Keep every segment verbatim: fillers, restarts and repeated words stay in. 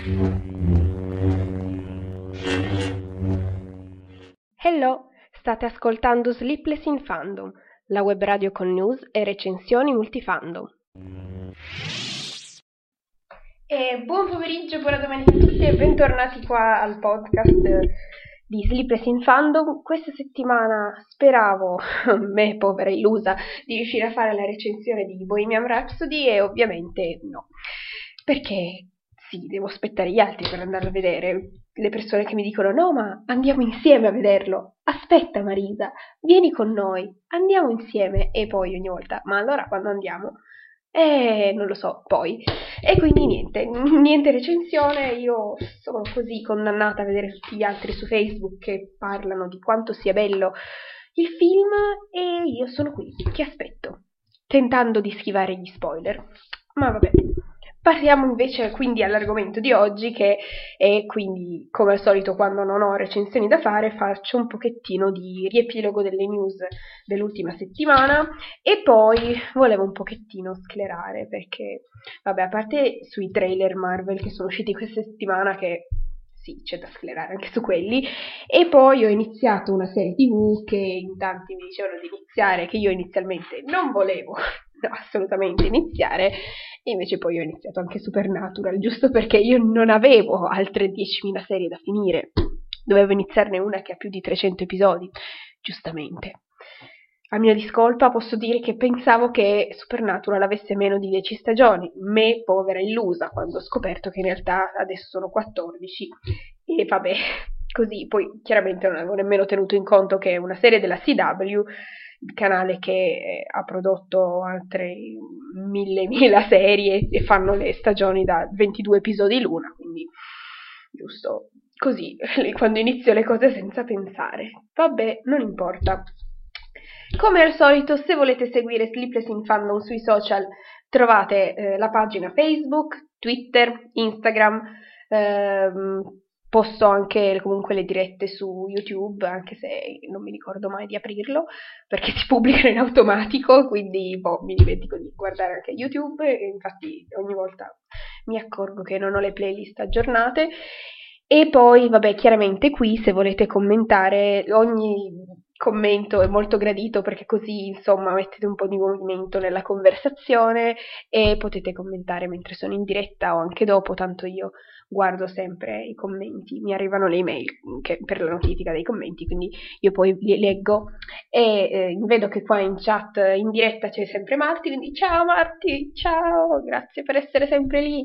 Hello, state ascoltando Sleepless in Fandom, la web radio con news e recensioni multifandom. E buon pomeriggio, buona domenica a tutti e bentornati qua al podcast di Sleepless in Fandom. Questa settimana speravo, me povera illusa, di riuscire a fare la recensione di Bohemian Rhapsody e ovviamente no, perché sì, devo aspettare gli altri per andarlo a vedere. Le persone che mi dicono no, ma andiamo insieme a vederlo. Aspetta Marisa, vieni con noi, andiamo insieme. E poi ogni volta, ma allora quando andiamo? Eh, non lo so, poi. E quindi niente, niente recensione, io sono così condannata a vedere tutti gli altri su Facebook che parlano di quanto sia bello il film e io sono qui, che aspetto, tentando di schivare gli spoiler. Ma vabbè. Passiamo invece quindi all'argomento di oggi, che è quindi, come al solito, quando non ho recensioni da fare, faccio un pochettino di riepilogo delle news dell'ultima settimana e poi volevo un pochettino sclerare, perché, vabbè, a parte sui trailer Marvel che sono usciti questa settimana, che sì, c'è da sclerare anche su quelli, e poi ho iniziato una serie tivù che in tanti mi dicevano di iniziare, che io inizialmente non volevo assolutamente iniziare, e invece poi ho iniziato anche Supernatural, giusto perché io non avevo altre diecimila serie da finire, dovevo iniziarne una che ha più di trecento episodi, giustamente. A mia discolpa posso dire che pensavo che Supernatural avesse meno di dieci stagioni, me povera illusa, quando ho scoperto che in realtà adesso sono quattordici, e vabbè, così, poi chiaramente non avevo nemmeno tenuto in conto che è una serie della C W, il canale che ha prodotto altre mille mila serie e fanno le stagioni da ventidue episodi l'una, quindi giusto così, quando inizio le cose senza pensare. Vabbè, non importa. Come al solito, se volete seguire Sleepless in Fandom sui social, trovate eh, la pagina Facebook, Twitter, Instagram, ehm, posto anche comunque le dirette su YouTube, anche se non mi ricordo mai di aprirlo, perché si pubblicano in automatico, quindi boh, mi dimentico di guardare anche YouTube, e infatti ogni volta mi accorgo che non ho le playlist aggiornate. E poi, vabbè, chiaramente qui se volete commentare, ogni commento è molto gradito perché così, insomma, mettete un po' di movimento nella conversazione e potete commentare mentre sono in diretta o anche dopo, tanto io guardo sempre i commenti, mi arrivano le email che, per la notifica dei commenti, quindi io poi li leggo e eh, vedo che qua in chat in diretta c'è sempre Marti, quindi ciao Marti, ciao, grazie per essere sempre lì.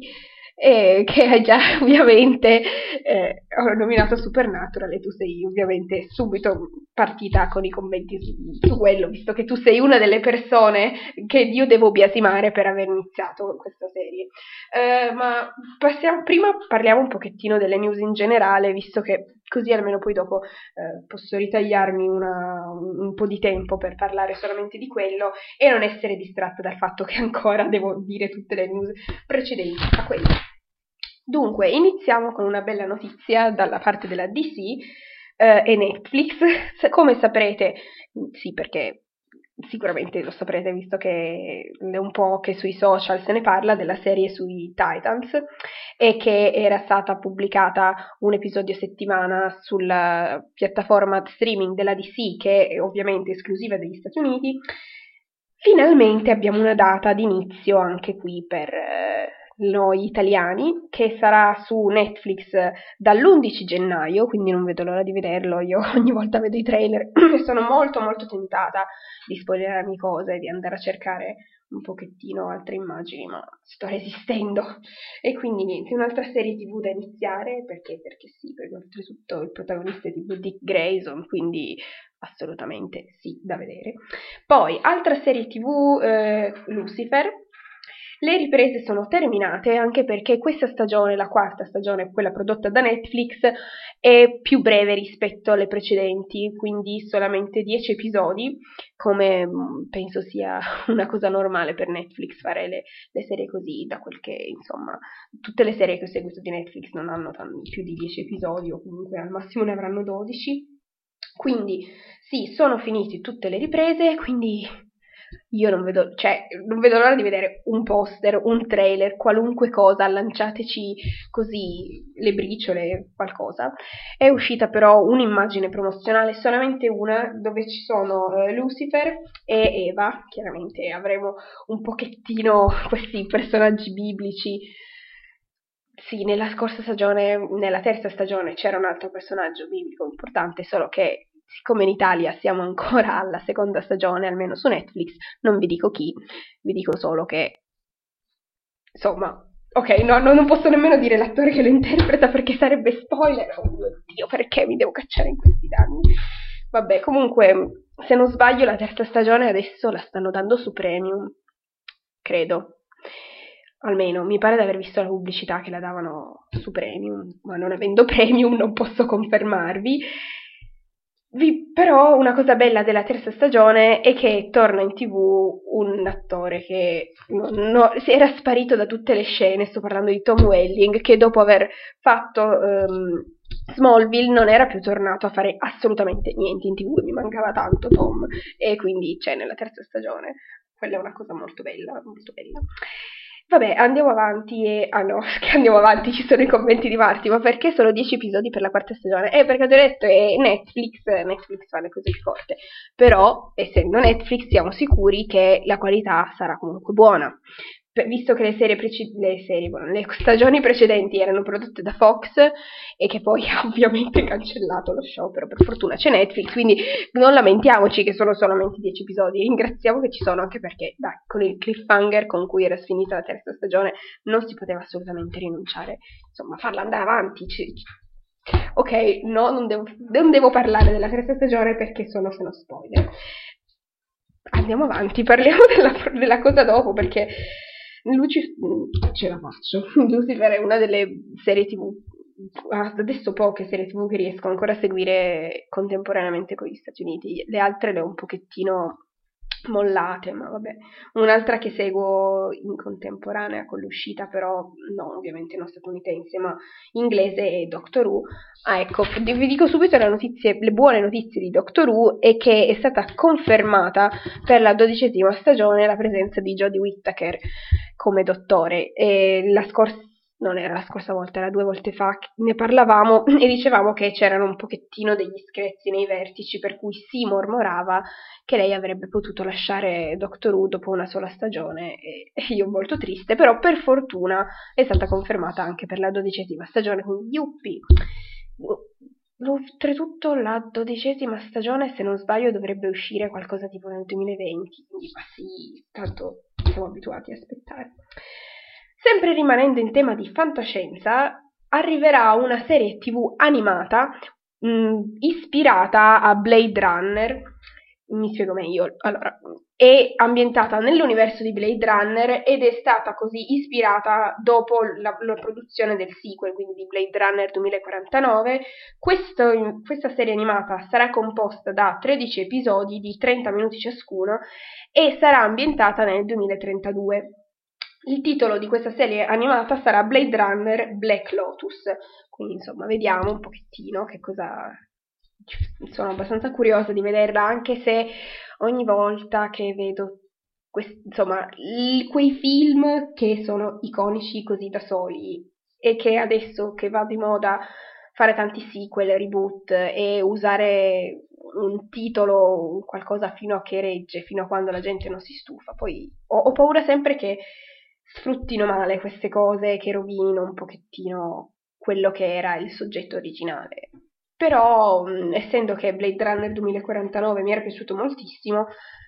E che già ovviamente eh, ho nominato Supernatural e tu sei ovviamente subito partita con i commenti su, su quello, visto che tu sei una delle persone che io devo biasimare per aver iniziato questa serie. Eh, ma passiamo, prima parliamo un pochettino delle news in generale, visto che così almeno poi dopo eh, posso ritagliarmi una, un po' di tempo per parlare solamente di quello e non essere distratta dal fatto che ancora devo dire tutte le news precedenti a quello. Dunque, iniziamo con una bella notizia dalla parte della D C eh, e Netflix. Come saprete, sì, perché sicuramente lo saprete visto che è un po' che sui social se ne parla della serie sui Titans e che era stata pubblicata un episodio a settimana sulla piattaforma streaming della D C, che è ovviamente esclusiva degli Stati Uniti. Finalmente abbiamo una data di inizio anche qui per eh, noi italiani, che sarà su Netflix dall'undici gennaio, quindi non vedo l'ora di vederlo. Io ogni volta vedo i trailer e sono molto molto tentata di spoilerarmi cose, di andare a cercare un pochettino altre immagini, ma sto resistendo. E quindi niente, un'altra serie tivù da iniziare, perché? Perché sì, perché oltretutto il protagonista è tipo Dick Grayson, quindi assolutamente sì, da vedere. Poi, altra serie tivù, eh, Lucifer. Le riprese sono terminate anche perché questa stagione, la quarta stagione, quella prodotta da Netflix, è più breve rispetto alle precedenti, quindi solamente dieci episodi, come penso sia una cosa normale per Netflix fare le, le serie così, da quel che insomma tutte le serie che ho seguito di Netflix non hanno tanti, più di dieci episodi o comunque al massimo ne avranno dodici. Quindi sì, sono finite tutte le riprese, quindi io non vedo, cioè, non vedo l'ora di vedere un poster, un trailer, qualunque cosa, lanciateci così le briciole, qualcosa. È uscita però un'immagine promozionale, solamente una, dove ci sono eh, Lucifer e Eva, chiaramente avremo un pochettino questi personaggi biblici. Sì, nella scorsa stagione, nella terza stagione c'era un altro personaggio biblico importante, solo che siccome in Italia siamo ancora alla seconda stagione, almeno su Netflix, non vi dico chi, vi dico solo che, insomma, ok, no, no, non posso nemmeno dire l'attore che lo interpreta perché sarebbe spoiler, oh mio Dio, perché mi devo cacciare in questi danni? Vabbè, comunque, se non sbaglio la terza stagione adesso la stanno dando su Premium, credo. Almeno mi pare di aver visto la pubblicità che la davano su Premium, ma non avendo Premium non posso confermarvi. Vi, però una cosa bella della terza stagione è che torna in tv un attore che no, no, era sparito da tutte le scene, sto parlando di Tom Welling, che dopo aver fatto um, Smallville non era più tornato a fare assolutamente niente in tv, mi mancava tanto Tom, e quindi c'è nella terza stagione. Quella è una cosa molto bella, molto bella. Vabbè, andiamo avanti e... Ah no, che andiamo avanti, ci sono i commenti di Marti, ma perché solo dieci episodi per la quarta stagione? Eh, perché ho detto, è Netflix, Netflix fa le cose più corte. Però, essendo Netflix, siamo sicuri che la qualità sarà comunque buona. Per, visto che le serie, preci- le, serie bueno, le stagioni precedenti erano prodotte da Fox e che poi ha ovviamente cancellato lo show, però per fortuna c'è Netflix, quindi non lamentiamoci che sono solamente dieci episodi, ringraziamo che ci sono, anche perché dai, con il cliffhanger con cui era finita la terza stagione non si poteva assolutamente rinunciare, insomma farla andare avanti. C- c- ok, no, non devo, non devo parlare della terza stagione perché sono, sono spoiler. Andiamo avanti, parliamo della, della cosa dopo perché Luci- ce la faccio. Lucifer è una delle serie tv, adesso poche serie tv che riesco ancora a seguire contemporaneamente con gli Stati Uniti, le altre le ho un pochettino mollate, ma vabbè. Un'altra che seguo in contemporanea con l'uscita, però no, ovviamente non statunitense, ma inglese, è Doctor Who. Ah, ecco, vi dico subito le notizie, le buone notizie di Doctor Who è che è stata confermata per la dodicesima stagione la presenza di Jodie Whittaker come dottore. E la scorsa, non era la scorsa volta, era due volte fa, ne parlavamo e dicevamo che c'erano un pochettino degli screzi nei vertici, per cui si mormorava che lei avrebbe potuto lasciare Doctor Who dopo una sola stagione, e io molto triste, però per fortuna è stata confermata anche per la dodicesima stagione, quindi yuppi. Oltretutto la dodicesima stagione, se non sbaglio, dovrebbe uscire qualcosa tipo nel duemilaventi, quindi ma sì, tanto siamo abituati a aspettare. Sempre rimanendo in tema di fantascienza, arriverà una serie tv animata mh, ispirata a Blade Runner. Mi spiego meglio. Allora, è ambientata nell'universo di Blade Runner ed è stata così ispirata dopo la, la produzione del sequel, quindi di Blade Runner duemilaquarantanove. Questo, questa serie animata sarà composta da tredici episodi di trenta minuti ciascuno e sarà ambientata nel duemilatrentadue. Il titolo di questa serie animata sarà Blade Runner Black Lotus, quindi insomma vediamo un pochettino che cosa... Sono abbastanza curiosa di vederla, anche se ogni volta che vedo quest... insomma l- quei film che sono iconici così da soli e che adesso che va di moda fare tanti sequel, reboot e usare un titolo, qualcosa fino a che regge, fino a quando la gente non si stufa. Poi ho, ho paura sempre che sfruttino male queste cose, che rovinino un pochettino quello che era il soggetto originale. Però, mh, essendo che Blade Runner duemilaquarantanove mi era piaciuto moltissimo,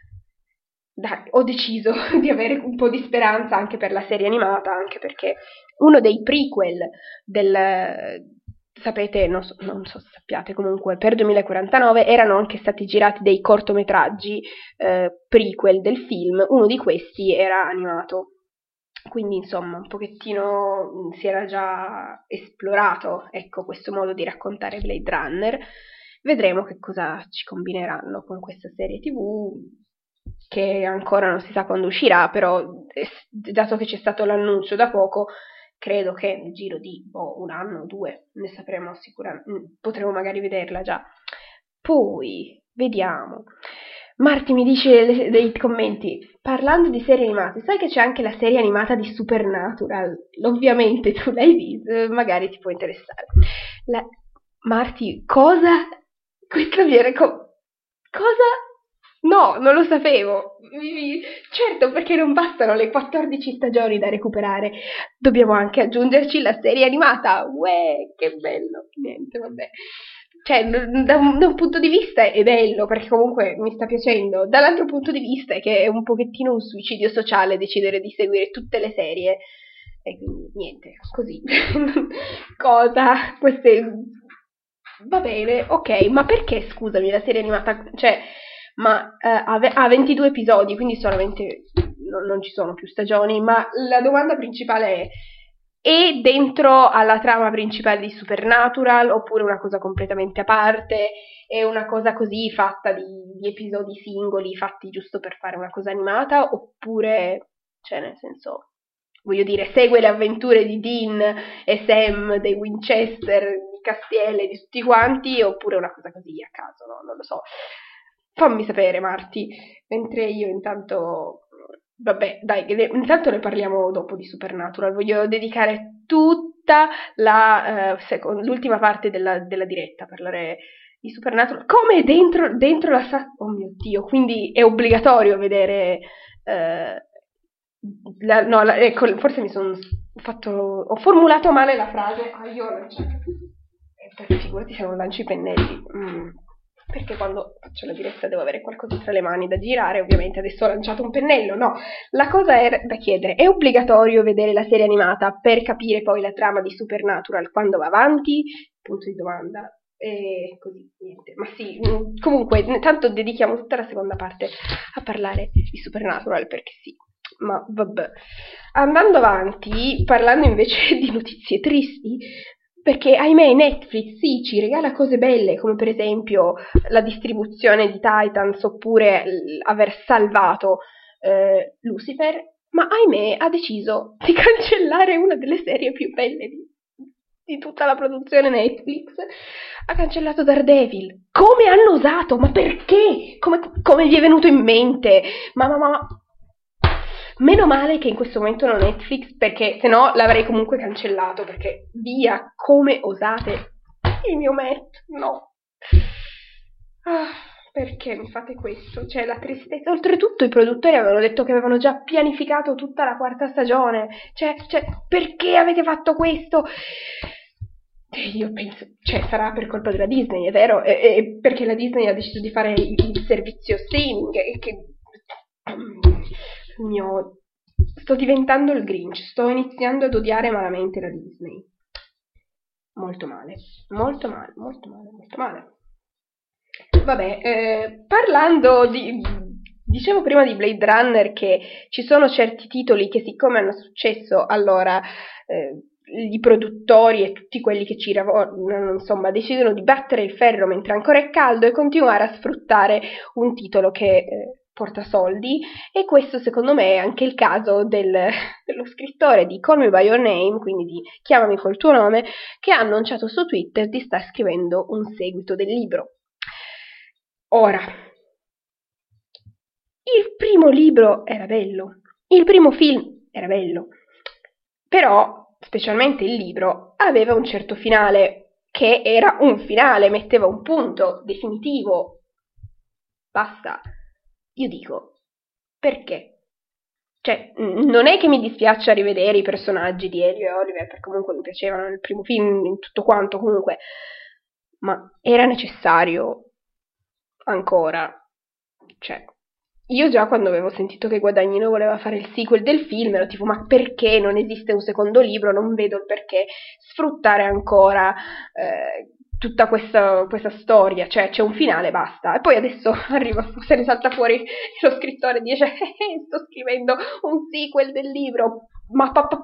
dai, ho deciso di avere un po' di speranza anche per la serie animata, anche perché uno dei prequel del... Sapete, non so, non so se sappiate, comunque per duemilaquarantanove erano anche stati girati dei cortometraggi eh, prequel del film, uno di questi era animato. Quindi insomma un pochettino si era già esplorato, ecco, questo modo di raccontare Blade Runner. Vedremo che cosa ci combineranno con questa serie tv, che ancora non si sa quando uscirà, però dato che c'è stato l'annuncio da poco, credo che nel giro di oh, un anno o due ne sapremo sicuramente, potremo magari vederla già. Poi vediamo. Marti mi dice le- nei commenti, parlando di serie animate, sai che c'è anche la serie animata di Supernatural? Ovviamente tu l'hai vista, magari ti può interessare. La... Marti, cosa? Questo viene co... Cosa? No, non lo sapevo. Mi- mi- Certo, perché non bastano le quattordici stagioni da recuperare, dobbiamo anche aggiungerci la serie animata. Uè, che bello. Niente, vabbè. Cioè, n- da un, da un punto di vista è bello, perché comunque mi sta piacendo. Dall'altro punto di vista è che è un pochettino un suicidio sociale decidere di seguire tutte le serie. E quindi, niente, così. Cosa? Queste... Va bene, ok, ma perché, scusami, la serie animata... Cioè, ma eh, ha, ve- ha ventidue episodi, quindi solamente non, non ci sono più stagioni, ma la domanda principale è: è dentro alla trama principale di Supernatural oppure una cosa completamente a parte? È una cosa così fatta di, di episodi singoli fatti giusto per fare una cosa animata? Oppure, cioè nel senso, voglio dire, segue le avventure di Dean e Sam, dei Winchester, di Castiele, di tutti quanti, oppure una cosa così a caso, no? Non lo so. Fammi sapere, Marti, mentre io intanto... Vabbè, dai, ne- intanto ne parliamo dopo di Supernatural. Voglio dedicare tutta la, eh, seco- l'ultima parte della, della diretta a parlare di Supernatural. Come dentro, dentro la sa... Oh mio Dio, quindi è obbligatorio vedere... eh, la- no, la- ecco, forse mi sono fatto... Ho formulato male la frase. Ah, io ho lanciato... Eh, perché figurati se non lancio i pennelli. Mm. Perché quando faccio la diretta devo avere qualcosa tra le mani da girare, ovviamente adesso ho lanciato un pennello, no. La cosa è da chiedere, è obbligatorio vedere la serie animata per capire poi la trama di Supernatural quando va avanti? Punto di domanda. E così, niente. Ma sì, mm, comunque, tanto dedichiamo tutta la seconda parte a parlare di Supernatural, perché sì. Ma vabbè. Andando avanti, parlando invece di notizie tristi, perché ahimè Netflix sì, ci regala cose belle, come per esempio la distribuzione di Titans oppure l- aver salvato eh, Lucifer, ma ahimè ha deciso di cancellare una delle serie più belle di, di tutta la produzione Netflix. Ha cancellato Daredevil. Come hanno osato? Ma perché? Come, come gli è venuto in mente? Ma, ma, ma... Meno male che in questo momento non Netflix, perché se no l'avrei comunque cancellato, perché via, come osate il mio Matt, no. Ah, perché mi fate questo? Cioè, la tristezza. Oltretutto i produttori avevano detto che avevano già pianificato tutta la quarta stagione. Cioè, cioè perché avete fatto questo? E io penso, cioè, sarà per colpa della Disney, è vero? E, e perché la Disney ha deciso di fare il, il servizio streaming e che... Mio... Sto diventando il Grinch, sto iniziando ad odiare malamente la Disney. Molto male, molto male, molto male, molto male. Vabbè, eh, parlando di... Dicevo prima di Blade Runner che ci sono certi titoli che siccome hanno successo, allora eh, i produttori e tutti quelli che ci lavorano, insomma, decidono di battere il ferro mentre ancora è caldo e continuare a sfruttare un titolo che eh, porta soldi, e questo secondo me è anche il caso del, dello scrittore di Call Me By Your Name, quindi di Chiamami col tuo nome, che ha annunciato su Twitter di star scrivendo un seguito del libro. Ora, il primo libro era bello, il primo film era bello, però, specialmente il libro, aveva un certo finale, che era un finale, metteva un punto definitivo. Basta. Io dico, perché? Cioè, non è che mi dispiaccia rivedere i personaggi di Elio e Oliver, perché comunque mi piacevano nel primo film, in tutto quanto, comunque, ma era necessario ancora? Cioè, io già quando avevo sentito che Guadagnino voleva fare il sequel del film ero tipo, ma perché non esiste un secondo libro? Non vedo il perché sfruttare ancora eh, tutta questa, questa storia, cioè c'è un finale, basta. E poi adesso arriva, se ne salta fuori lo scrittore e dice, eh, eh, sto scrivendo un sequel del libro, ma papà...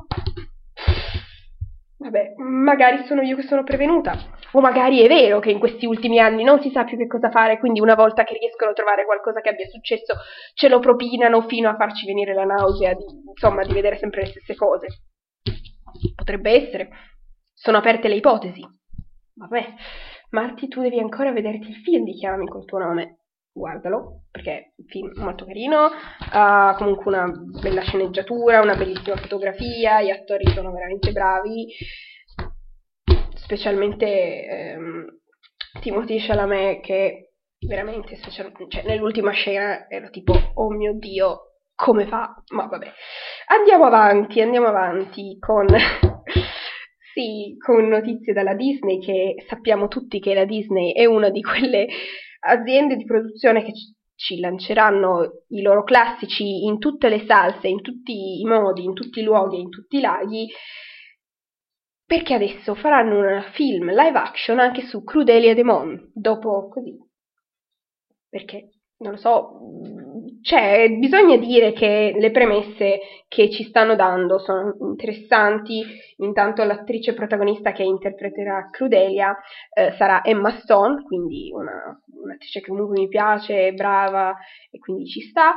Vabbè, magari sono io che sono prevenuta, o magari è vero che in questi ultimi anni non si sa più che cosa fare, quindi una volta che riescono a trovare qualcosa che abbia successo ce lo propinano fino a farci venire la nausea di, insomma, di vedere sempre le stesse cose. Potrebbe essere. Sono aperte le ipotesi. Vabbè, Marti, tu devi ancora vederti il film di Chiamami col tuo nome. guardalo, perché è un film molto carino, ha comunque una bella sceneggiatura, una bellissima fotografia, gli attori sono veramente bravi, specialmente ehm, Timothée Chalamet, che veramente, special- cioè, nell'ultima scena ero tipo, oh mio Dio, come fa? Ma vabbè, andiamo avanti, andiamo avanti con... Sì, con notizie dalla Disney, che sappiamo tutti che la Disney è una di quelle aziende di produzione che ci, ci lanceranno i loro classici in tutte le salse, in tutti i modi, in tutti i luoghi, in tutti i laghi, perché adesso faranno un film live action anche su Crudelia de Mon, dopo così. Perché, non lo so, cioè, bisogna dire che le premesse che ci stanno dando sono interessanti. Intanto l'attrice protagonista che interpreterà Crudelia eh, sarà Emma Stone, quindi una, un'attrice che comunque mi piace, è brava e quindi ci sta.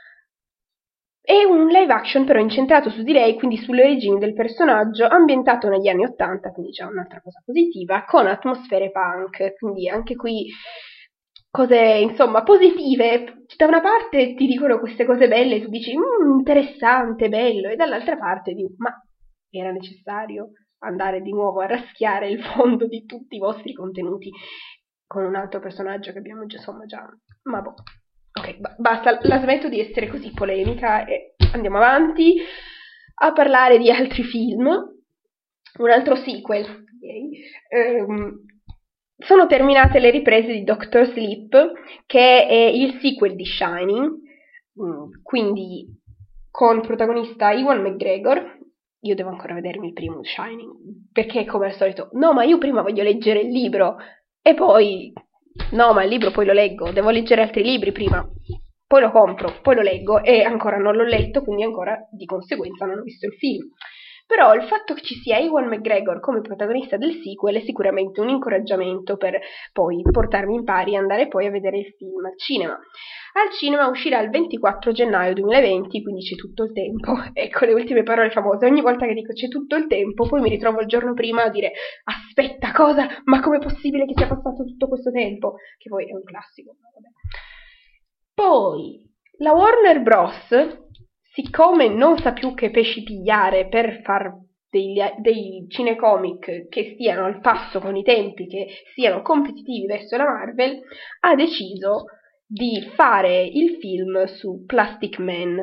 È un live action però incentrato su di lei, quindi sulle origini del personaggio, ambientato negli anni ottanta, quindi già un'altra cosa positiva, con atmosfere punk, quindi anche qui cose, insomma, positive. Da una parte ti dicono queste cose belle, tu dici, mmm, interessante, bello, e dall'altra parte dici, ma era necessario andare di nuovo a raschiare il fondo di tutti i vostri contenuti con un altro personaggio che abbiamo già, insomma, già... Ma boh. Ok, b- basta, la smetto di essere così polemica e andiamo avanti a parlare di altri film. Un altro sequel. Okay. Um, sono terminate le riprese di Doctor Sleep, che è il sequel di Shining, quindi con protagonista Ewan McGregor. Io devo ancora vedermi il primo Shining, perché come al solito, no, ma io prima voglio leggere il libro e poi, no, ma il libro poi lo leggo, devo leggere altri libri prima, poi lo compro, poi lo leggo e ancora non l'ho letto, quindi ancora di conseguenza non ho visto il film. Però il fatto che ci sia Ewan McGregor come protagonista del sequel è sicuramente un incoraggiamento per poi portarmi in pari e andare poi a vedere il film al cinema. Al cinema uscirà il ventiquattro gennaio duemilaventi, quindi c'è tutto il tempo. Ecco le ultime parole famose. Ogni volta che dico c'è tutto il tempo, poi mi ritrovo il giorno prima a dire aspetta, cosa? Ma com'è possibile che sia passato tutto questo tempo? Che poi è un classico. Vabbè. Poi, la Warner Bros., siccome non sa più che pesci pigliare per far dei, dei cinecomic che stiano al passo con i tempi, che siano competitivi verso la Marvel, ha deciso di fare il film su Plastic Man.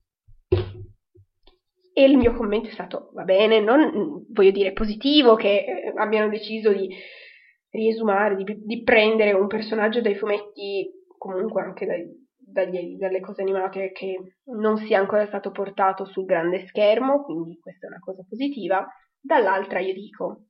E il mio commento è stato, va bene, non voglio dire positivo che eh, abbiano deciso di riesumare, di, di prendere un personaggio dai fumetti, comunque anche dai, dagli, dalle cose animate, che non sia ancora stato portato sul grande schermo, quindi questa è una cosa positiva. Dall'altra io dico,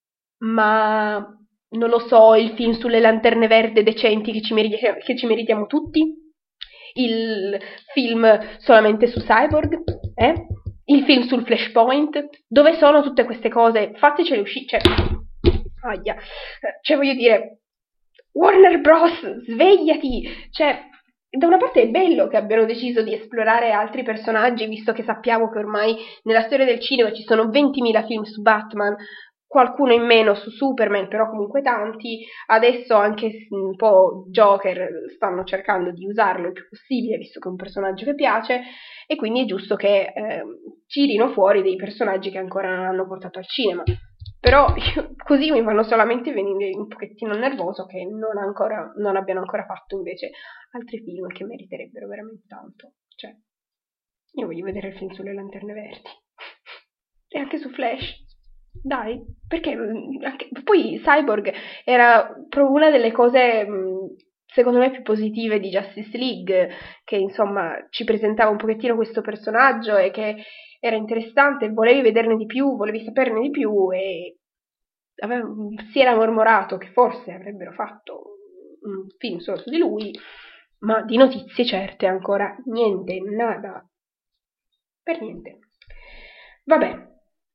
ma non lo so, il film sulle lanterne verde decenti che ci, meritiamo, che ci meritiamo tutti? Il film solamente su Cyborg? Eh? Il film sul Flashpoint? Dove sono tutte queste cose? Fatecele uscire, cioè... Aia. Cioè, voglio dire... Warner Bros., svegliati! Cioè, da una parte è bello che abbiano deciso di esplorare altri personaggi, visto che sappiamo che ormai nella storia del cinema ci sono ventimila film su Batman, qualcuno in meno su Superman, però comunque tanti. Adesso anche un po' Joker stanno cercando di usarlo il più possibile, visto che è un personaggio che piace, e quindi è giusto che eh, tirino fuori dei personaggi che ancora non hanno portato al cinema. Però io, così mi fanno solamente venire un pochettino nervoso che non, ancora, non abbiano ancora fatto invece altri film che meriterebbero veramente tanto. Cioè, io voglio vedere il film sulle lanterne verdi. E anche su Flash. Dai, perché anche, poi Cyborg era proprio una delle cose secondo me più positive di Justice League, che insomma ci presentava un pochettino questo personaggio e che era interessante, volevi vederne di più, volevi saperne di più e aveva, si era mormorato che forse avrebbero fatto un film solo su di lui, ma di notizie certe ancora niente, nada, per niente. Vabbè.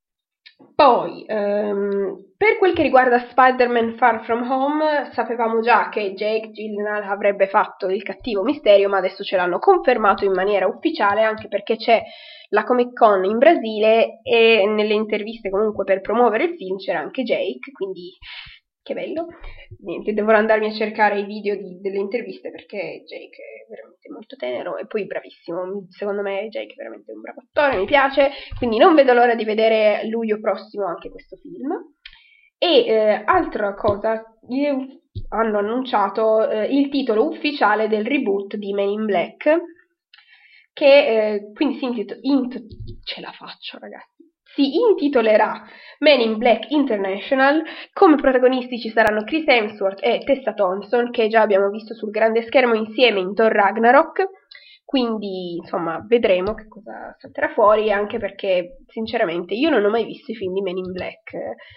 Poi, ehm, per quel che riguarda Spider-Man Far From Home, sapevamo già che Jake Gyllenhaal avrebbe fatto il cattivo Misterio, ma adesso ce l'hanno confermato in maniera ufficiale, anche perché c'è la Comic Con in Brasile e nelle interviste comunque per promuovere il film c'era anche Jake, quindi che bello. Niente, dovrò andarmi a cercare i video di, delle interviste perché Jake è veramente molto tenero e poi bravissimo. Secondo me Jake è veramente un bravo attore, mi piace, quindi non vedo l'ora di vedere luglio prossimo anche questo film. E eh, altra cosa, hanno annunciato eh, il titolo ufficiale del reboot di Men in Black, che eh, quindi si intitola, int- ce la faccio ragazzi, si intitolerà Men in Black International. Come protagonisti ci saranno Chris Hemsworth e Tessa Thompson, che già abbiamo visto sul grande schermo insieme in Thor Ragnarok, quindi insomma vedremo che cosa salterà fuori, anche perché sinceramente io non ho mai visto i film di Men in Black,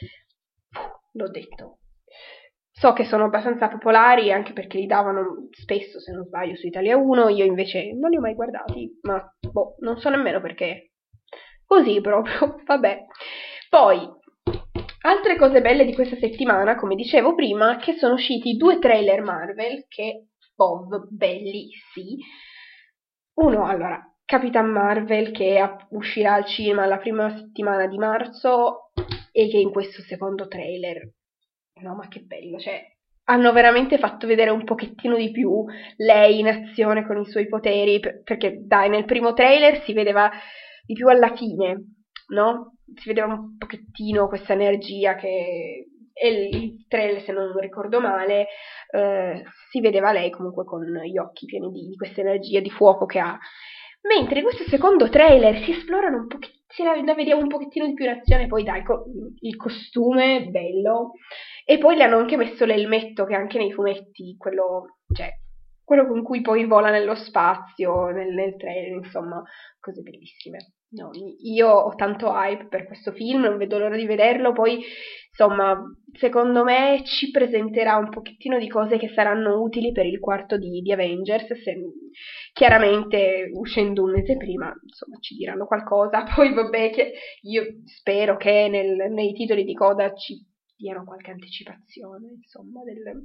l'ho detto. So che sono abbastanza popolari anche perché li davano spesso, se non sbaglio, su Italia uno, io invece non li ho mai guardati, ma boh, non so nemmeno perché. Così proprio, vabbè. Poi, altre cose belle di questa settimana, come dicevo prima, che sono usciti due trailer Marvel, che, boh, belli, sì. Uno, allora, Capitan Marvel, che uscirà al cinema la prima settimana di marzo, e che in questo secondo trailer, no ma che bello, cioè hanno veramente fatto vedere un pochettino di più lei in azione con i suoi poteri, perché dai, nel primo trailer si vedeva di più alla fine, no? Si vedeva un pochettino questa energia che, e il trailer, se non ricordo male, eh, si vedeva lei comunque con gli occhi pieni di, di questa energia di fuoco che ha. Mentre in questo secondo trailer si esplorano un pochettino, la, la vediamo un pochettino di più in azione, poi dai, co- il costume bello, e poi le hanno anche messo l'elmetto che anche nei fumetti, quello, cioè, quello con cui poi vola nello spazio, nel, nel trailer, insomma, cose bellissime. No, io ho tanto hype per questo film, non vedo l'ora di vederlo, poi insomma, secondo me ci presenterà un pochettino di cose che saranno utili per il quarto di, di Avengers, se, chiaramente uscendo un mese prima, insomma, ci diranno qualcosa, poi vabbè, che io spero che nel, nei titoli di coda ci diano qualche anticipazione, insomma, del,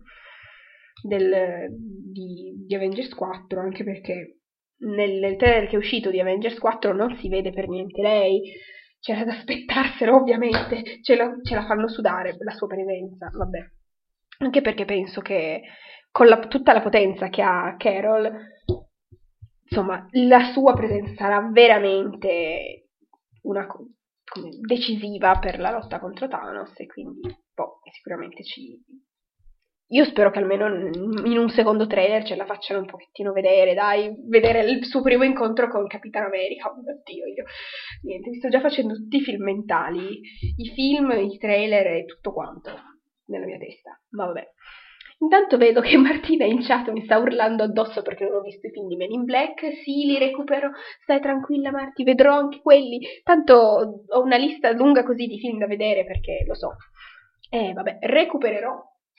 del, di, di Avengers quattro, anche perché nel, nel trailer che è uscito di Avengers quattro non si vede per niente lei, c'era da aspettarselo ovviamente, ce la, ce la fanno sudare la sua presenza, vabbè, anche perché penso che con la, tutta la potenza che ha Carol, insomma, la sua presenza sarà veramente una come, decisiva per la lotta contro Thanos, e quindi boh, sicuramente ci... Io spero che almeno in un secondo trailer ce la facciano un pochettino vedere, dai, vedere il suo primo incontro con Capitan America. Oh mio Dio, io niente, mi sto già facendo tutti i film mentali, i film, i trailer e tutto quanto nella mia testa, ma vabbè. Intanto vedo che Martina in chat mi sta urlando addosso perché non ho visto i film di Men in Black. Sì, li recupero, stai tranquilla Marti, vedrò anche quelli, tanto ho una lista lunga così di film da vedere perché lo so. Eh vabbè, recupererò.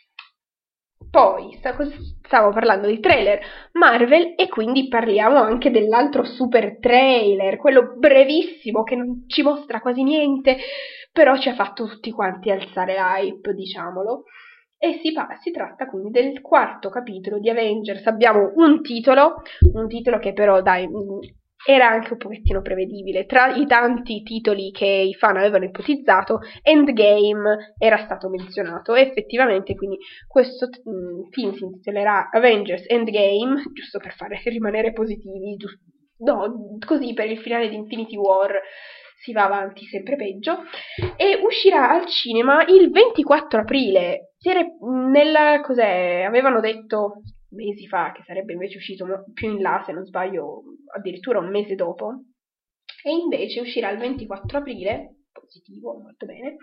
Poi stavo parlando di trailer Marvel e quindi parliamo anche dell'altro super trailer, quello brevissimo che non ci mostra quasi niente, però ci ha fatto tutti quanti alzare hype, diciamolo. E si, pa- si tratta quindi del quarto capitolo di Avengers. Abbiamo un titolo, un titolo che però dai, era anche un pochettino prevedibile. Tra i tanti titoli che i fan avevano ipotizzato, Endgame era stato menzionato e effettivamente quindi questo mh, film si intitolerà Avengers Endgame, giusto per fare rimanere positivi, giusto, no, così per il finale di Infinity War si va avanti sempre peggio, e uscirà al cinema il ventiquattro aprile. Nella, cos'è, avevano detto mesi fa che sarebbe invece uscito più in là, se non sbaglio addirittura un mese dopo, e invece uscirà il ventiquattro aprile, positivo, molto bene,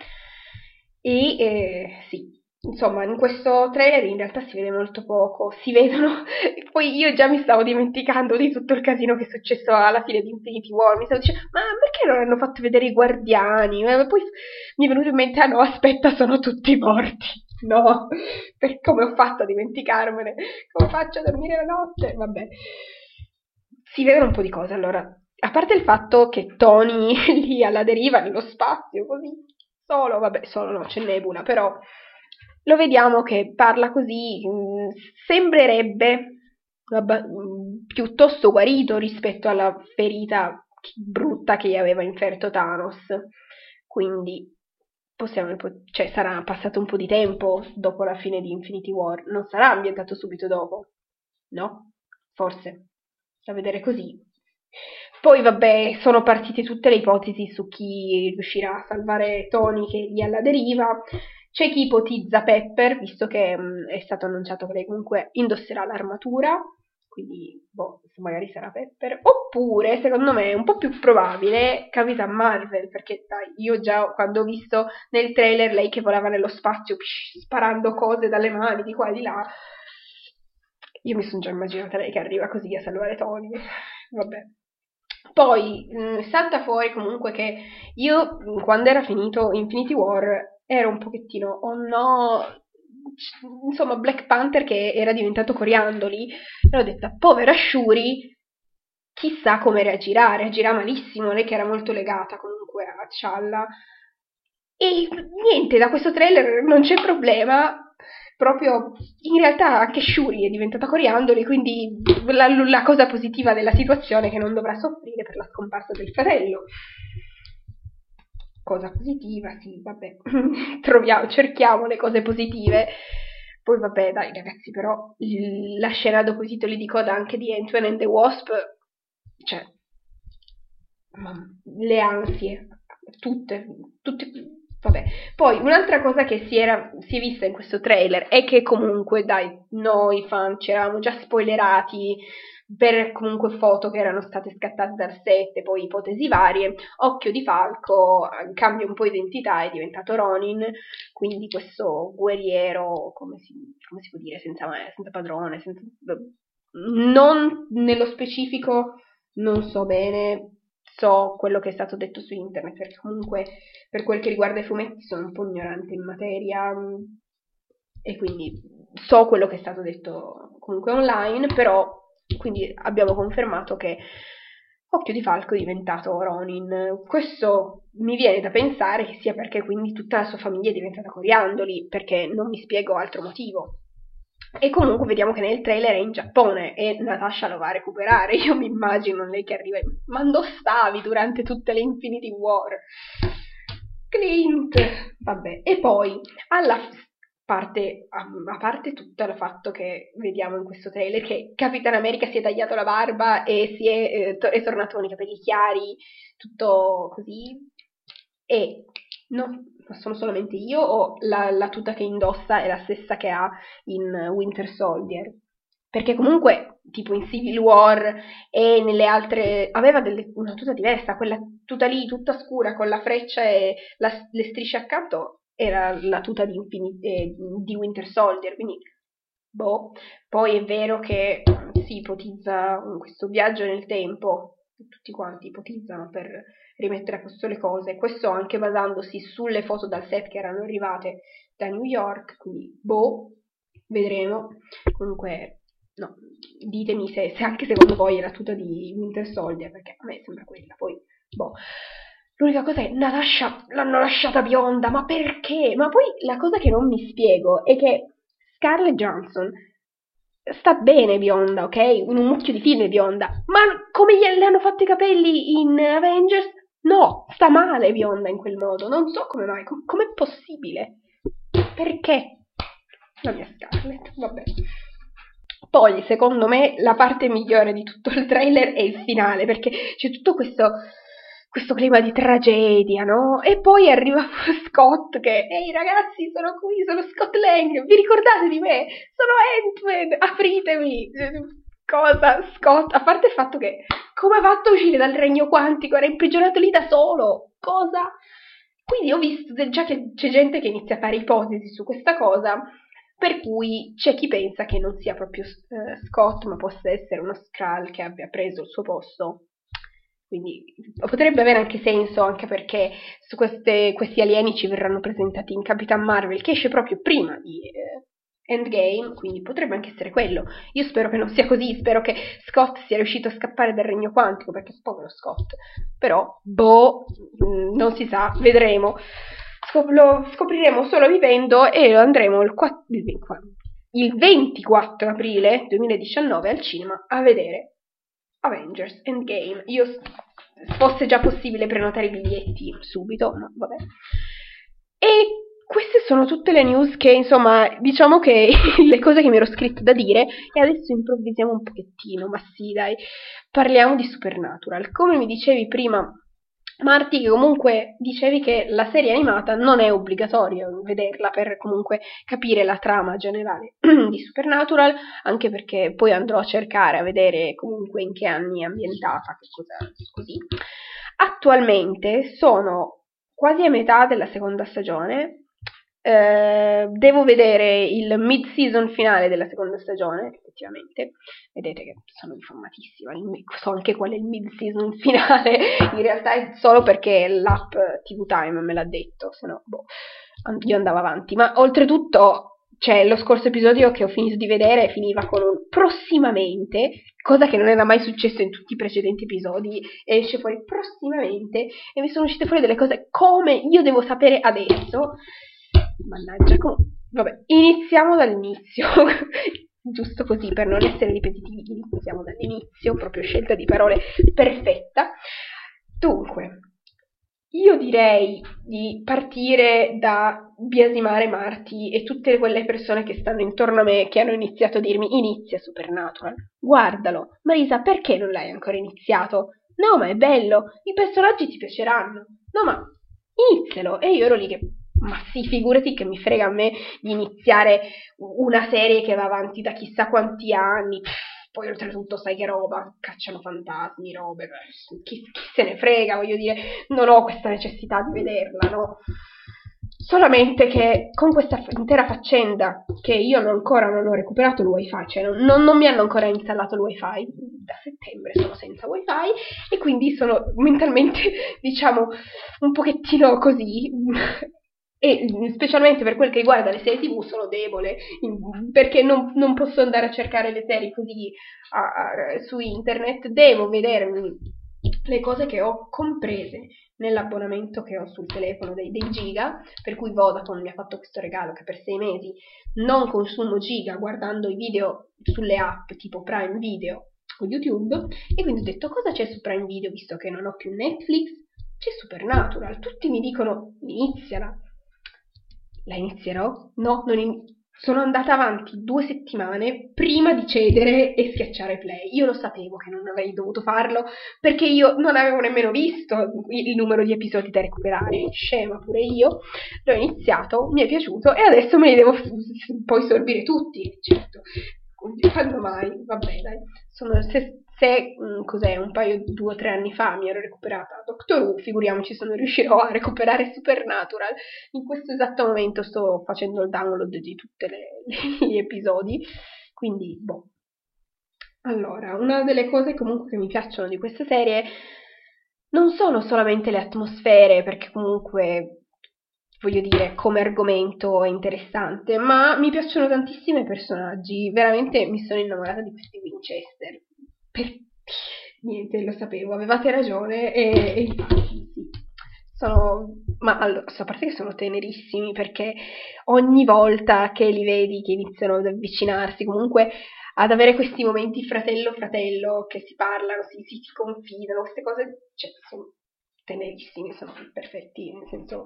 e eh, sì, insomma, in questo trailer in realtà si vede molto poco, si vedono, poi io già mi stavo dimenticando di tutto il casino che è successo alla fine di Infinity War, mi stavo dicendo, ma perché non hanno fatto vedere i guardiani? E poi mi è venuto in mente, ah no, aspetta, sono tutti morti. No, per come ho fatto a dimenticarmene, come faccio a dormire la notte? Vabbè, si vedono un po' di cose. Allora, a parte il fatto che Tony lì alla deriva nello spazio, così solo, vabbè, solo no, c'è Nebula, però lo vediamo che parla così, mh, sembrerebbe vabbè, mh, piuttosto guarito rispetto alla ferita brutta che gli aveva inferto Thanos, quindi possiamo, cioè sarà passato un po' di tempo dopo la fine di Infinity War, non sarà ambientato subito dopo, no? Forse, da vedere così. Poi vabbè, sono partite tutte le ipotesi su chi riuscirà a salvare Tony che è lì alla deriva. C'è chi ipotizza Pepper, visto che mh, è stato annunciato che lei comunque indosserà l'armatura, quindi boh, magari sarà Pepper. Oppure, secondo me, è un po' più probabile Capitan Marvel, perché dai, io già quando ho visto nel trailer lei che volava nello spazio, psh, sparando cose dalle mani di qua e di là, io mi sono già immaginata lei che arriva così a salvare Tony. Vabbè. Poi mh, salta fuori comunque che io quando era finito Infinity War ero un pochettino, oh no, insomma Black Panther che era diventato coriandoli, e ho detto, povera Shuri, chissà come reagirà, reagirà malissimo, lei che era molto legata comunque a T'Challa. E niente, da questo trailer non c'è problema, proprio in realtà anche Shuri è diventata coriandoli, quindi la, la cosa positiva della situazione è che non dovrà soffrire per la scomparsa del fratello. Cosa positiva, sì, vabbè, troviamo, cerchiamo le cose positive. Poi vabbè, dai ragazzi, però la scena dopo i titoli di coda anche di Ant-Man and the Wasp, cioè, ma, le ansie, tutte, tutte, vabbè. Poi un'altra cosa che si, era, si è vista in questo trailer è che comunque, dai, noi fan ci eravamo già spoilerati per comunque foto che erano state scattate dal set, poi ipotesi varie. Occhio di Falco cambia un po' identità, è diventato Ronin, quindi questo guerriero, come si, come si può dire, senza, senza padrone, senza, non nello specifico, non so bene, so quello che è stato detto su internet, perché comunque per quel che riguarda i fumetti sono un po' ignorante in materia e quindi so quello che è stato detto comunque online, però quindi abbiamo confermato che Occhio di Falco è diventato Ronin. Questo mi viene da pensare che sia perché quindi tutta la sua famiglia è diventata coriandoli, perché non mi spiego altro motivo. E comunque vediamo che nel trailer è in Giappone e Natasha lo va a recuperare. Io mi immagino lei che arriva. Ma dove stavi durante tutte le Infinity War? Clint! Vabbè. E poi, alla parte, a parte tutto il fatto che vediamo in questo trailer che Capitan America si è tagliato la barba e si è, eh, to- è tornato con i capelli chiari, tutto così. E no, sono solamente io o la, la tuta che indossa è la stessa che ha in Winter Soldier? Perché comunque, tipo in Civil War e nelle altre, aveva delle, una tuta diversa, quella tuta lì tutta scura con la freccia e la, le strisce accanto era la tuta di, Infin- eh, di Winter Soldier, quindi boh. Poi è vero che si ipotizza questo viaggio nel tempo, tutti quanti ipotizzano per rimettere a posto le cose, questo anche basandosi sulle foto dal set che erano arrivate da New York, quindi boh, vedremo. Comunque, no, ditemi se, se anche secondo voi è la tuta di Winter Soldier, perché a me sembra quella, poi boh. L'unica cosa è, Natasha l'hanno lasciata bionda, ma perché? Ma poi la cosa che non mi spiego è che Scarlett Johansson sta bene bionda, ok? In un mucchio di film è bionda, ma come le hanno fatto i capelli in Avengers? No, sta male bionda in quel modo, non so come mai, com- com'è possibile? Perché? La mia Scarlett, vabbè. Poi, secondo me, la parte migliore di tutto il trailer è il finale, perché c'è tutto questo, questo clima di tragedia, no? E poi arriva Scott che, ehi ragazzi, sono qui, sono Scott Lang, vi ricordate di me? Sono Ant-Man, apritemi! Cosa? Scott, a parte il fatto che, come ha fatto a uscire dal regno quantico? Era imprigionato lì da solo! Cosa? Quindi ho visto già che c'è gente che inizia a fare ipotesi su questa cosa, per cui c'è chi pensa che non sia proprio eh, Scott, ma possa essere uno Skrull che abbia preso il suo posto. Quindi potrebbe avere anche senso, anche perché su queste, questi alieni ci verranno presentati in Capitan Marvel, che esce proprio prima di eh, Endgame, quindi potrebbe anche essere quello. Io spero che non sia così, spero che Scott sia riuscito a scappare dal regno quantico, perché povero Scott. Però, boh, non si sa, vedremo. Scop- lo scopriremo solo vivendo e lo andremo il, quattro, il ventiquattro aprile duemiladiciannove al cinema a vedere Avengers Endgame. Io fosse già possibile prenotare i biglietti subito, ma vabbè. E queste sono tutte le news che, insomma, diciamo che le cose che mi ero scritta da dire, e adesso improvvisiamo un pochettino, ma sì, dai, parliamo di Supernatural. Come mi dicevi prima, Marti, che comunque dicevi che la serie animata non è obbligatorio vederla per comunque capire la trama generale di Supernatural, anche perché poi andrò a cercare a vedere comunque in che anni è ambientata, che cosa così. Attualmente sono quasi a metà della seconda stagione. Eh, devo vedere il mid-season finale della seconda stagione, effettivamente. Vedete che sono informatissima, so anche qual è il mid-season finale. In realtà è solo perché l'app T V Time me l'ha detto, se no, boh, io andavo avanti. Ma oltretutto, cioè, lo scorso episodio che ho finito di vedere finiva con un prossimamente, cosa che non era mai successo in tutti i precedenti episodi, e esce fuori prossimamente, e mi sono uscite fuori delle cose come io devo sapere adesso. Mannaggia, comunque, vabbè, iniziamo dall'inizio, giusto così per non essere ripetitivi, iniziamo dall'inizio, proprio scelta di parole perfetta. Dunque, io direi di partire da biasimare Marti e tutte quelle persone che stanno intorno a me che hanno iniziato a dirmi inizia Supernatural, guardalo. Marisa, perché non l'hai ancora iniziato? No, ma è bello, i personaggi ti piaceranno. No, ma inizialo. E io ero lì che ma sì, figurati che mi frega a me di iniziare una serie che va avanti da chissà quanti anni. Poi oltretutto sai che roba, cacciano fantasmi, robe, chi, chi se ne frega, voglio dire, non ho questa necessità di vederla, no? Solamente che con questa intera faccenda, che io non ancora non ho recuperato il wifi, cioè non, non, non mi hanno ancora installato il wifi, da settembre sono senza wifi e quindi sono mentalmente, diciamo, un pochettino così... e specialmente per quel che riguarda le serie tv sono debole perché non, non posso andare a cercare le serie così a, a, su internet, devo vedermi le cose che ho comprese nell'abbonamento che ho sul telefono dei, dei giga, per cui Vodafone mi ha fatto questo regalo che per sei mesi non consumo giga guardando i video sulle app tipo Prime Video o YouTube, e quindi ho detto cosa c'è su Prime Video visto che non ho più Netflix? C'è Supernatural, tutti mi dicono iniziala. La inizierò? No, non in... sono andata avanti due settimane prima di cedere e schiacciare play. Io lo sapevo che non avrei dovuto farlo perché io non avevo nemmeno visto il numero di episodi da recuperare. Scema pure io. L'ho iniziato, mi è piaciuto e adesso me li devo poi sorbire tutti. Certo, quando mai? Vabbè, dai. Sono se, se mh, cos'è, un paio di due o tre anni fa mi ero recuperata Doctor Who, figuriamoci se non riuscirò a recuperare Supernatural. In questo esatto momento sto facendo il download di tutti gli episodi, quindi boh. Allora, una delle cose comunque che mi piacciono di questa serie non sono solamente le atmosfere, perché comunque voglio dire, come argomento è interessante, ma mi piacciono tantissimo i personaggi, veramente mi sono innamorata di questi Winchester. Per... Niente, lo sapevo, avevate ragione e, e sì, sono, ma allora, a parte che sono tenerissimi perché ogni volta che li vedi che iniziano ad avvicinarsi, comunque ad avere questi momenti fratello-fratello che si parlano, si, si, si confidano, queste cose, cioè, sono tenerissimi, sono perfetti, nel senso...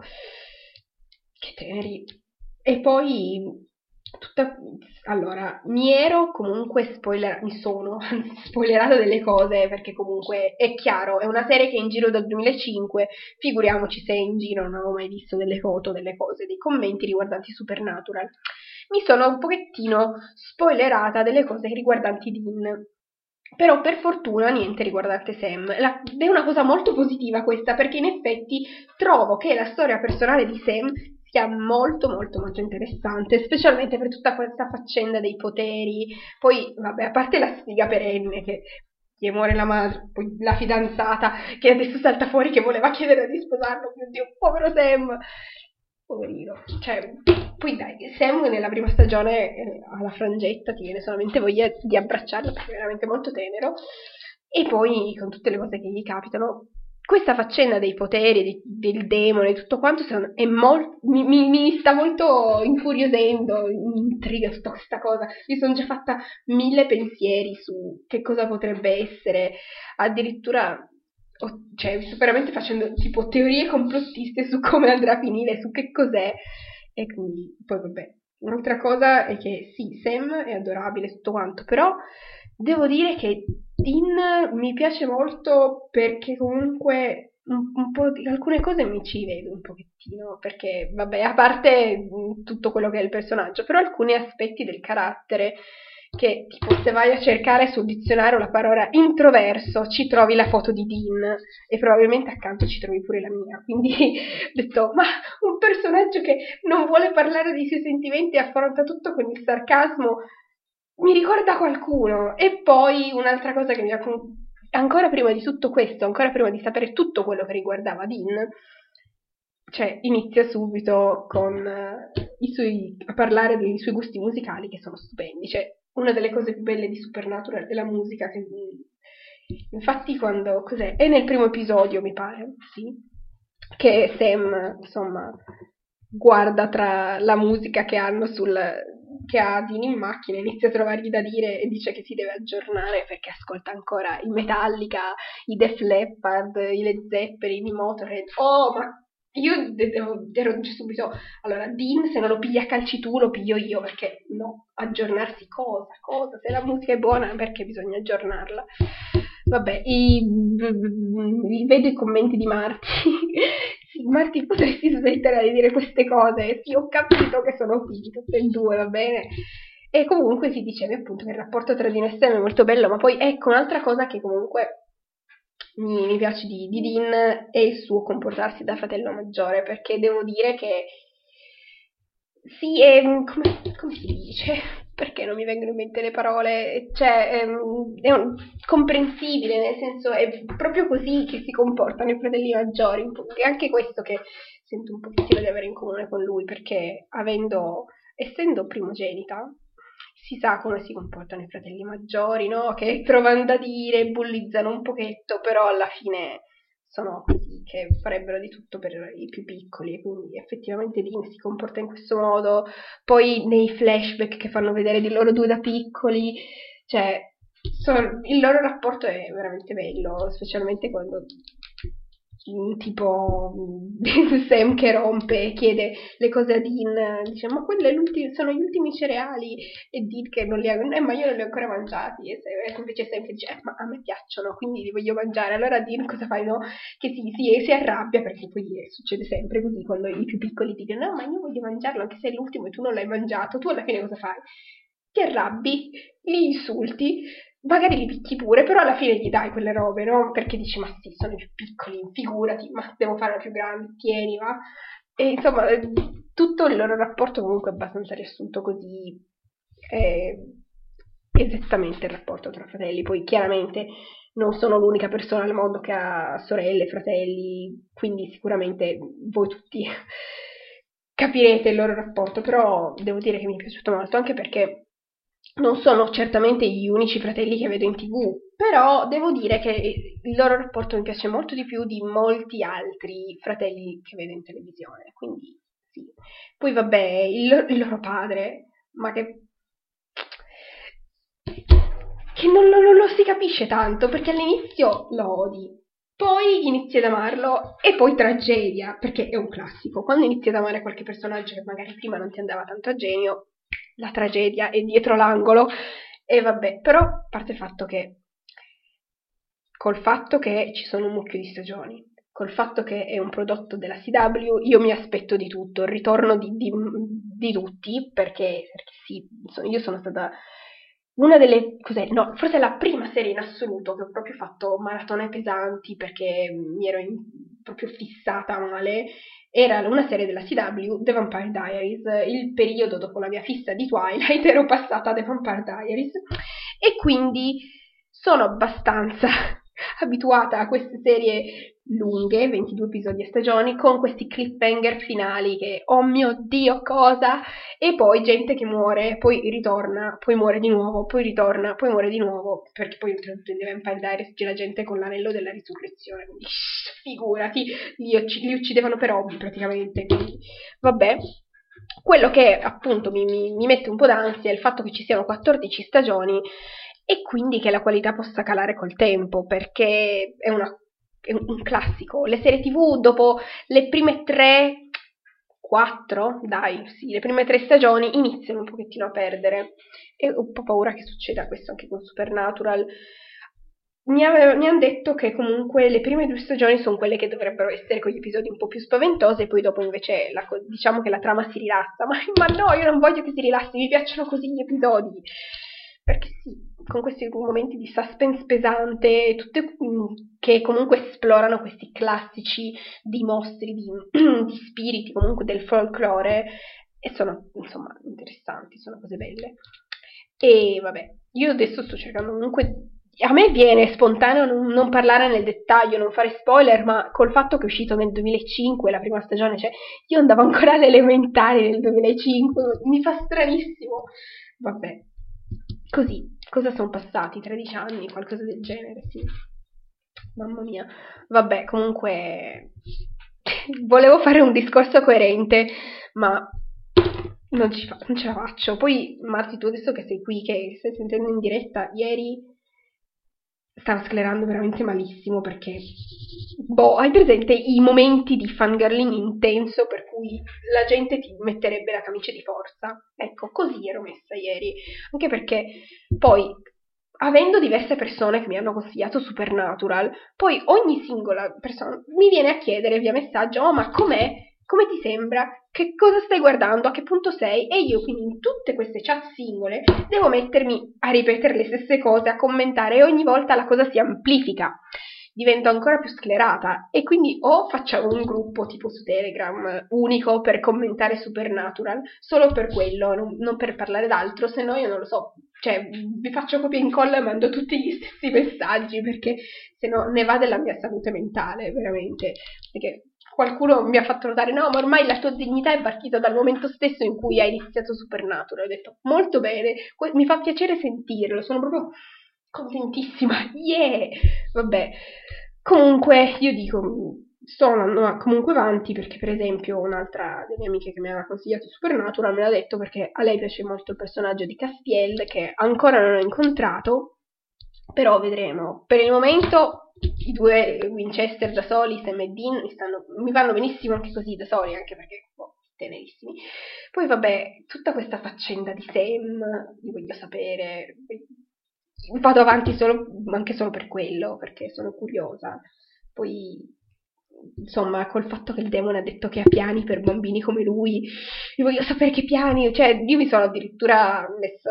che teneri. E poi tutta allora mi ero comunque spoiler mi sono spoilerata delle cose perché comunque è chiaro, è una serie che è in giro dal duemilacinque, figuriamoci se è in giro non avevo mai visto delle foto, delle cose, dei commenti riguardanti Supernatural. Mi sono un pochettino spoilerata delle cose riguardanti Dean, però per fortuna niente riguardante Sam. La, è una cosa molto positiva questa perché in effetti trovo che la storia personale di Sam sia molto molto molto interessante, specialmente per tutta questa faccenda dei poteri. Poi vabbè, a parte la sfiga perenne che gli muore la madre, poi la fidanzata che adesso salta fuori che voleva chiedere di sposarlo, mio Dio, povero Sam, poverino, cioè, poi dai, Sam nella prima stagione eh, alla frangetta ti viene solamente voglia di abbracciarlo perché è veramente molto tenero, e poi con tutte le cose che gli capitano, questa faccenda dei poteri, di, del demone, tutto quanto è molto, mi, mi, mi sta molto infuriosendo, mi intriga tutta questa cosa. Mi sono già fatta mille pensieri su che cosa potrebbe essere, addirittura cioè sto veramente facendo tipo teorie complottiste su come andrà a finire, su che cos'è, e quindi poi vabbè. Un'altra cosa è che sì, Sam è adorabile tutto quanto, però devo dire che Dean mi piace molto perché comunque un, un po' di alcune cose mi ci vedo un pochettino, perché vabbè, a parte mh, tutto quello che è il personaggio, però alcuni aspetti del carattere che tipo se vai a cercare sul dizionario la parola introverso ci trovi la foto di Dean e probabilmente accanto ci trovi pure la mia, quindi ho detto ma un personaggio che non vuole parlare dei suoi sentimenti e affronta tutto con il sarcasmo mi ricorda qualcuno. E poi un'altra cosa che mi ha ancora prima di tutto questo, ancora prima di sapere tutto quello che riguardava Dean, cioè inizia subito con uh, i suoi, a parlare dei suoi gusti musicali che sono stupendi, cioè una delle cose più belle di Supernatural è la musica che, infatti quando, cos'è? È nel primo episodio mi pare, sì, che Sam insomma guarda tra la musica che hanno sul che ha Dean in macchina, inizia a trovargli da dire e dice che si deve aggiornare perché ascolta ancora i Metallica, i Def Leppard, i Led Zeppelin, i Motorhead. Oh, ma io ero già subito, allora Dean se non lo piglia a calci tu lo piglio io, perché no, aggiornarsi cosa, cosa, se la musica è buona perché bisogna aggiornarla. Vabbè, i, i, vedo i commenti di Marti. Sì, Marti, potresti smettere di dire queste cose? Sì, ho capito che sono figli tutte e due, va bene? E comunque si diceva appunto che il rapporto tra Dean e Sam è molto bello, ma poi ecco un'altra cosa che comunque mi, mi piace di, di Dean è il suo comportarsi da fratello maggiore, perché devo dire che sì, è, come, come si dice? Perché non mi vengono in mente le parole? Cioè, è, è un, comprensibile, nel senso è proprio così che si comportano i fratelli maggiori, è anche questo che sento un pochettino di avere in comune con lui, perché avendo, essendo primogenita, si sa come si comportano i fratelli maggiori, no? Che provano da dire, bullizzano un pochetto, però alla fine sono così, che farebbero di tutto per i più piccoli, e quindi effettivamente Dean si comporta in questo modo. Poi nei flashback che fanno vedere di loro due da piccoli, cioè so, il loro rapporto è veramente bello, specialmente quando tipo Sam che rompe e chiede le cose a Dean, dice ma quelli sono gli ultimi cereali, e Dean che non li ha, eh, ma io non li ho ancora mangiati, e, se, e invece Sam che dice eh, ma a me piacciono quindi li voglio mangiare. Allora Dean cosa fa? No? Che si, si, si arrabbia, perché poi succede sempre così quando i più piccoli dicono no ma io voglio mangiarlo anche se è l'ultimo e tu non l'hai mangiato, tu alla fine cosa fai? Ti arrabbi, li insulti, magari li picchi pure, però alla fine gli dai quelle robe, no? Perché dici, ma sì, sono i più piccoli, figurati, ma devo fare la più grande, tieni, va? E insomma, tutto il loro rapporto comunque è abbastanza riassunto così, è esattamente il rapporto tra fratelli. Poi chiaramente non sono l'unica persona al mondo che ha sorelle, fratelli, quindi sicuramente voi tutti capirete il loro rapporto, però devo dire che mi è piaciuto molto, anche perché non sono certamente gli unici fratelli che vedo in tv, però devo dire che il loro rapporto mi piace molto di più di molti altri fratelli che vedo in televisione, quindi sì. Poi vabbè, il, il loro padre, ma che che non lo, non lo si capisce tanto, perché all'inizio lo odi, poi inizi ad amarlo e poi tragedia, perché è un classico. Quando inizi ad amare qualche personaggio che magari prima non ti andava tanto a genio, la tragedia è dietro l'angolo. E vabbè, però a parte il fatto che col fatto che ci sono un mucchio di stagioni, col fatto che è un prodotto della C W, io mi aspetto di tutto, il ritorno di, di, di tutti, perché, perché sì, io sono stata una delle, cos'è, no, forse la prima serie in assoluto che ho proprio fatto maratone pesanti perché mi ero in, proprio fissata male, era una serie della C W, The Vampire Diaries, il periodo dopo la mia fissa di Twilight ero passata a The Vampire Diaries, e quindi sono abbastanza abituata a queste serie lunghe, ventidue episodi a stagione, con questi cliffhanger finali che, oh mio Dio, cosa? E poi gente che muore, poi ritorna, poi muore di nuovo, poi ritorna, poi muore di nuovo, perché poi oltretutto in The Vampire Diaries c'è la gente con l'anello della risurrezione, quindi shh, figurati, li, ucc- li uccidevano per hobby praticamente, quindi vabbè. Quello che appunto mi, mi, mi mette un po' d'ansia è il fatto che ci siano quattordici stagioni e quindi che la qualità possa calare col tempo, perché è una è un, un classico. Le serie tv dopo le prime tre, quattro, dai, sì, le prime tre stagioni iniziano un pochettino a perdere. E ho un po' paura che succeda questo anche con Supernatural. Mi, ave- mi hanno detto che comunque le prime due stagioni sono quelle che dovrebbero essere con gli episodi un po' più spaventosi e poi dopo invece la co- diciamo che la trama si rilassa. Ma, ma no, io non voglio che si rilassi, mi piacciono così gli episodi. Perché sì, con questi momenti di suspense pesante, tutte, mm, che comunque esplorano questi classici di mostri, di, di spiriti comunque del folklore e sono insomma interessanti, sono cose belle. E vabbè, io adesso sto cercando comunque. A me viene spontaneo non, non parlare nel dettaglio, non fare spoiler, ma col fatto che è uscito nel duemilacinque la prima stagione, cioè io andavo ancora alle elementari nel duemilacinque, mi fa stranissimo. Vabbè, così, cosa sono passati? tredici anni, qualcosa del genere, sì. Mamma mia. Vabbè, comunque volevo fare un discorso coerente, ma non, ci fa- non ce la faccio. Poi, Marti, tu adesso che sei qui, che stai sentendo in diretta, ieri stavo sclerando veramente malissimo perché, boh, hai presente i momenti di fangirling intenso per cui la gente ti metterebbe la camicia di forza? Ecco, così ero messa ieri, anche perché poi, avendo diverse persone che mi hanno consigliato Supernatural, poi ogni singola persona mi viene a chiedere via messaggio, oh ma com'è? Come ti sembra? Che cosa stai guardando? A che punto sei? E io quindi in tutte queste chat singole devo mettermi a ripetere le stesse cose, a commentare e ogni volta la cosa si amplifica. Divento ancora più sclerata e quindi o facciamo un gruppo tipo su Telegram unico per commentare Supernatural, solo per quello, non, non per parlare d'altro, se no io non lo so, cioè vi faccio copia e incolla e mando tutti gli stessi messaggi perché se no ne va della mia salute mentale, veramente, perché qualcuno mi ha fatto notare, no, ma ormai la tua dignità è partita dal momento stesso in cui hai iniziato Supernatural. Ho detto, molto bene, mi fa piacere sentirlo, sono proprio contentissima, yeah! Vabbè, comunque, io dico, sto andando comunque avanti perché, per esempio, un'altra delle mie amiche che mi aveva consigliato Supernatural me l'ha detto perché a lei piace molto il personaggio di Castiel, che ancora non ho incontrato, però vedremo. Per il momento i due Winchester da soli, Sam e Dean, mi, stanno, mi vanno benissimo anche così da soli, anche perché, boh, tenerissimi. Poi vabbè, tutta questa faccenda di Sam, io voglio sapere, vado avanti solo, anche solo per quello, perché sono curiosa. Poi, insomma, col fatto che il demone ha detto che ha piani per bambini come lui, io voglio sapere che piani, cioè, io mi sono addirittura messa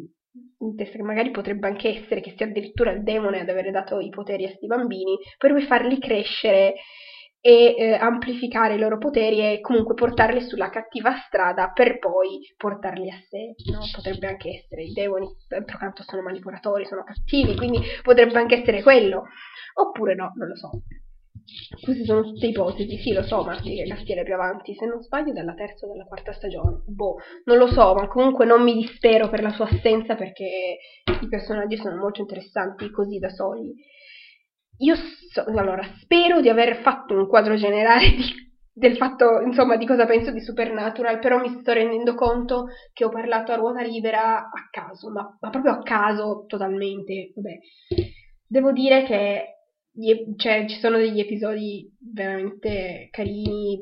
in testa che magari potrebbe anche essere che sia addirittura il demone ad avere dato i poteri a sti bambini per poi farli crescere e eh, amplificare i loro poteri e comunque portarli sulla cattiva strada per poi portarli a sé, no? Potrebbe anche essere i demoni, d'altro canto sono manipolatori, sono cattivi, quindi potrebbe anche essere quello, oppure no, non lo so. Queste sono tutte ipotesi, sì lo so Marti che Castiele è più avanti, se non sbaglio dalla terza o dalla quarta stagione, boh, non lo so, ma comunque non mi dispero per la sua assenza perché i personaggi sono molto interessanti così da soli. Io so, allora, spero di aver fatto un quadro generale di, del fatto, insomma, di cosa penso di Supernatural, però mi sto rendendo conto che ho parlato a ruota libera a caso, ma, ma proprio a caso totalmente, vabbè. Devo dire che gli- cioè, ci sono degli episodi veramente carini.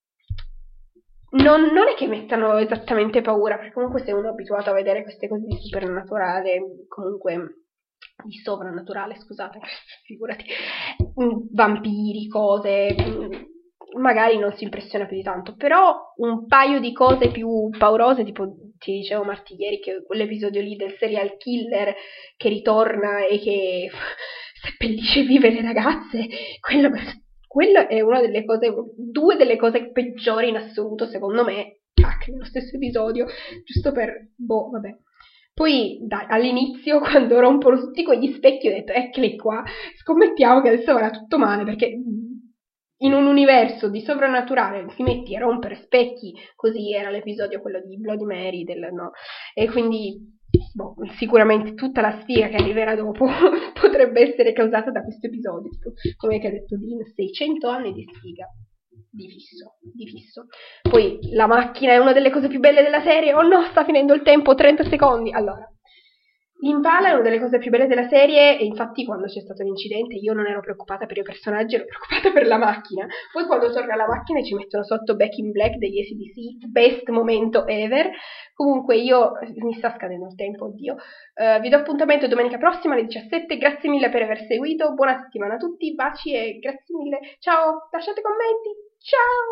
Non, non è che mettano esattamente paura, perché comunque se uno è abituato a vedere queste cose di supernaturale, comunque di sovrannaturale, scusate, figurati, mm, vampiri, cose, mm, magari non si impressiona più di tanto, però un paio di cose più paurose, tipo ti dicevo Marti ieri che quell'episodio lì del serial killer che ritorna e che seppellisce vive le ragazze, quello, quello è una delle cose, due delle cose peggiori in assoluto secondo me, tac, nello stesso episodio, giusto per, boh, vabbè. Poi dai, all'inizio, quando rompono tutti quegli specchi, ho detto, eccoli qua, scommettiamo che adesso va tutto male, perché in un universo di sovrannaturale ti metti a rompere specchi, così era l'episodio quello di Bloody Mary, del, no? E quindi boh, sicuramente tutta la sfiga che arriverà dopo potrebbe essere causata da questo episodio, come che ha detto Dean, seicento anni di sfiga. Di fisso, di fisso. Poi la macchina è una delle cose più belle della serie. Oh no, sta finendo il tempo, trenta secondi. Allora, L'impala è una delle cose più belle della serie, e infatti quando c'è stato l'incidente io non ero preoccupata per i personaggi, ero preoccupata per la macchina. Poi quando torna la macchina ci mettono sotto Back in Black degli A C D C, best momento ever. Comunque io, mi sta scadendo il tempo, oddio. Uh, vi do appuntamento domenica prossima alle diciassette, grazie mille per aver seguito, buona settimana a tutti, baci e grazie mille, ciao, lasciate commenti, ciao!